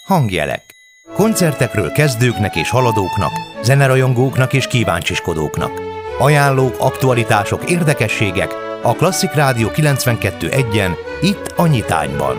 Hangjelek. Koncertekről kezdőknek és haladóknak, zenerajongóknak és kíváncsiskodóknak. Ajánlók, aktualitások, érdekességek a Klasszik Rádió 92.1-en, itt a Nyitányban.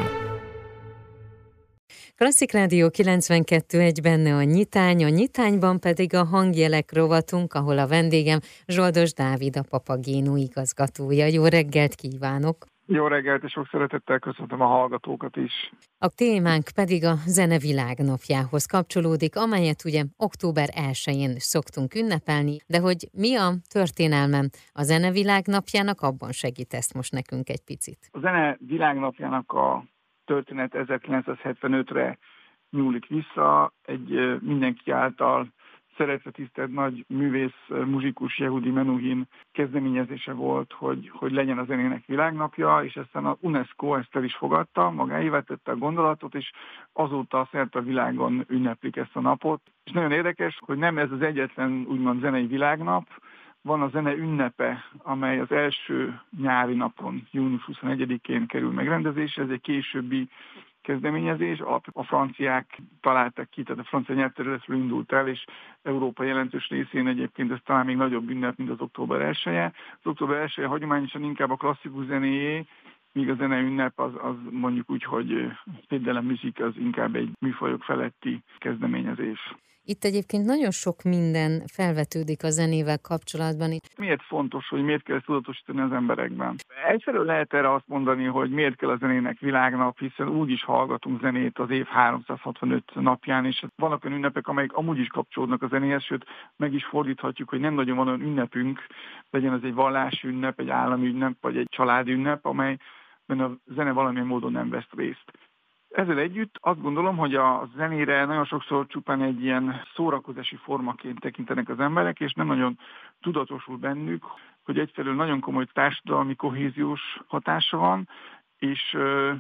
Klasszik Rádió 92.1, benne a Nyitány, a Nyitányban pedig a Hangjelek rovatunk, ahol a vendégem Zsoldos Dávid, a Papagéno igazgatója. Jó reggelt kívánok! Jó reggelt, és sok szeretettel köszöntöm a hallgatókat is. A témánk pedig a Zene Világnapjához kapcsolódik, amelyet ugye október 1-én szoktunk ünnepelni, de hogy mi a történelme a Zene Világnapjának, abban segítesz most nekünk egy picit. A Zene Világnapjának a történet 1975-re nyúlik vissza, egy mindenki által szeretve tisztelt nagy művész, muzsikus Yehudi Menuhin kezdeményezése volt, hogy legyen a zenének világnapja, és aztán az UNESCO ezt el is fogadta, magáévá tette a gondolatot, és azóta szerte a világon ünneplik ezt a napot. És nagyon érdekes, hogy nem ez az egyetlen úgymond zenei világnap, van a zene ünnepe, amely az első nyári napon, június 21-én kerül megrendezésre, ez egy későbbi kezdeményezés, a franciák találtak ki, tehát a francia nyelvterületről indult el, és Európa jelentős részén egyébként ez talán még nagyobb ünnep, mint az október 1-je. Az október 1-je hagyományosan inkább a klasszikus zenéjé, míg a zene ünnep az mondjuk úgy, hogy például music az inkább egy műfajok feletti kezdeményezés. Itt egyébként nagyon sok minden felvetődik a zenével kapcsolatban. Miért fontos, hogy miért kell ezt tudatosítani az emberekben? Egyfelől lehet erre azt mondani, hogy miért kell a zenének világnap, hiszen úgy is hallgatunk zenét az év 365 napján, és vannak olyan ünnepek, amelyek amúgy is kapcsolódnak a zenéhez, sőt meg is fordíthatjuk, hogy nem nagyon van olyan ünnepünk, legyen az egy vallási ünnep, egy állami ünnep, vagy egy családi ünnep, amelyben a zene valamilyen módon nem vesz részt. Ezzel együtt azt gondolom, hogy a zenére nagyon sokszor csupán egy ilyen szórakozási formaként tekintenek az emberek, és nem nagyon tudatosul bennük, hogy egyfelől nagyon komoly társadalmi kohéziós hatása van, és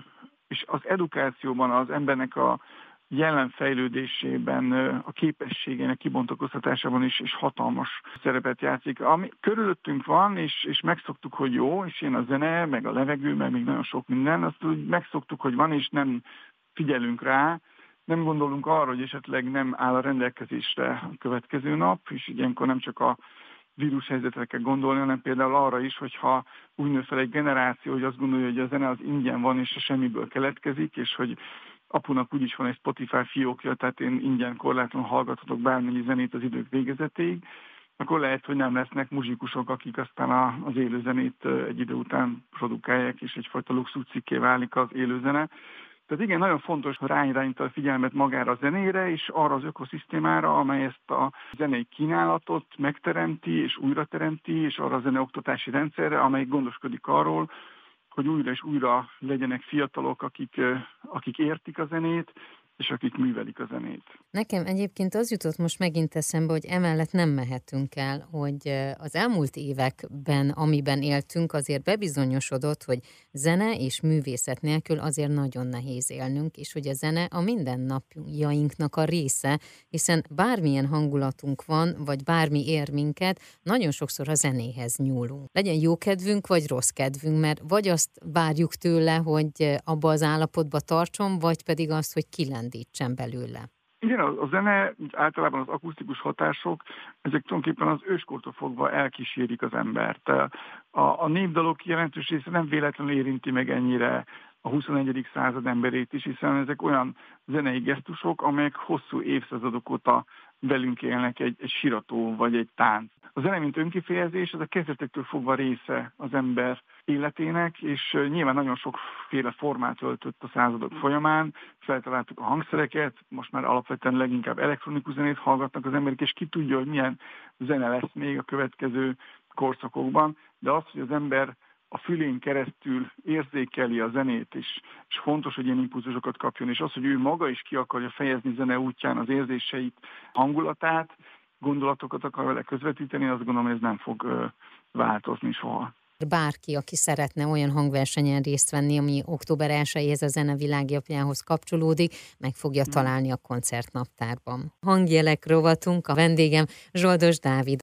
az edukációban, az embernek a jelen fejlődésében, a képességének kibontakoztatásában is hatalmas szerepet játszik. Ami körülöttünk van, és megszoktuk, hogy jó, és ilyen a zene, meg a levegő, meg még nagyon sok minden, azt úgy megszoktuk, hogy van, és nem figyelünk rá, nem gondolunk arra, hogy esetleg nem áll a rendelkezésre a következő nap, és ilyenkor nem csak a vírushelyzetre kell gondolni, hanem például arra is, hogyha úgy nő fel egy generáció, hogy azt gondolja, hogy a zene az ingyen van, és a semmiből keletkezik, és hogy apunak úgyis van egy Spotify fiókja, tehát én ingyen korlátlanul hallgathatok bármennyi zenét az idők végezetéig, akkor lehet, hogy nem lesznek muzsikusok, akik aztán az élőzenét egy idő után produkálják, és egyfajta luxuscikké válik az élőzene. Tehát igen, nagyon fontos, hogy ráirányítani a figyelmet magára a zenére, és arra az ökoszisztémára, amely ezt a zenei kínálatot megteremti, és újrateremti, és arra a zeneoktatási rendszerre, amely gondoskodik arról, hogy újra és újra legyenek fiatalok, akik értik a zenét, és akik művelik a zenét. Nekem egyébként az jutott most megint eszembe, hogy emellett nem mehetünk el, hogy az elmúlt években, amiben éltünk, azért bebizonyosodott, hogy zene és művészet nélkül azért nagyon nehéz élnünk, és hogy a zene a mindennapjainknak a része, hiszen bármilyen hangulatunk van, vagy bármi ér minket, nagyon sokszor a zenéhez nyúlunk. Legyen jó kedvünk, vagy rossz kedvünk, mert vagy azt várjuk tőle, hogy abba az állapotba tartson, vagy pedig azt, hogy kilendítsen belőle. Igen, a zene, általában az akusztikus hatások, ezek tulajdonképpen az őskortól fogva elkísérik az embert. A népdalok jelentős része nem véletlenül érinti meg ennyire a 21. század emberét is, hiszen ezek olyan zenei gesztusok, amelyek hosszú évszázadok óta velünk élnek, egy sirató vagy egy tánc. A zene, mint önkifejezés, ez a kezdetektől fogva része az ember életének, és nyilván nagyon sokféle formát öltött a századok folyamán. Feltaláltuk a hangszereket, most már alapvetően leginkább elektronikus zenét hallgatnak az emberek, és ki tudja, hogy milyen zene lesz még a következő korszakokban, de az, hogy az ember a fülén keresztül érzékeli a zenét, és fontos, hogy ilyen impulzusokat kapjon, és az, hogy ő maga is ki akarja fejezni zene útján az érzéseit, hangulatát, gondolatokat akar vele közvetíteni, azt gondolom, hogy ez nem fog változni soha. Bárki, aki szeretne olyan hangversenyen részt venni, ami október 1-éhez a Zene Világnapjához kapcsolódik, meg fogja találni a koncertnaptárban. Hangjelek rovatunk, a vendégem Zsoldos Dávid,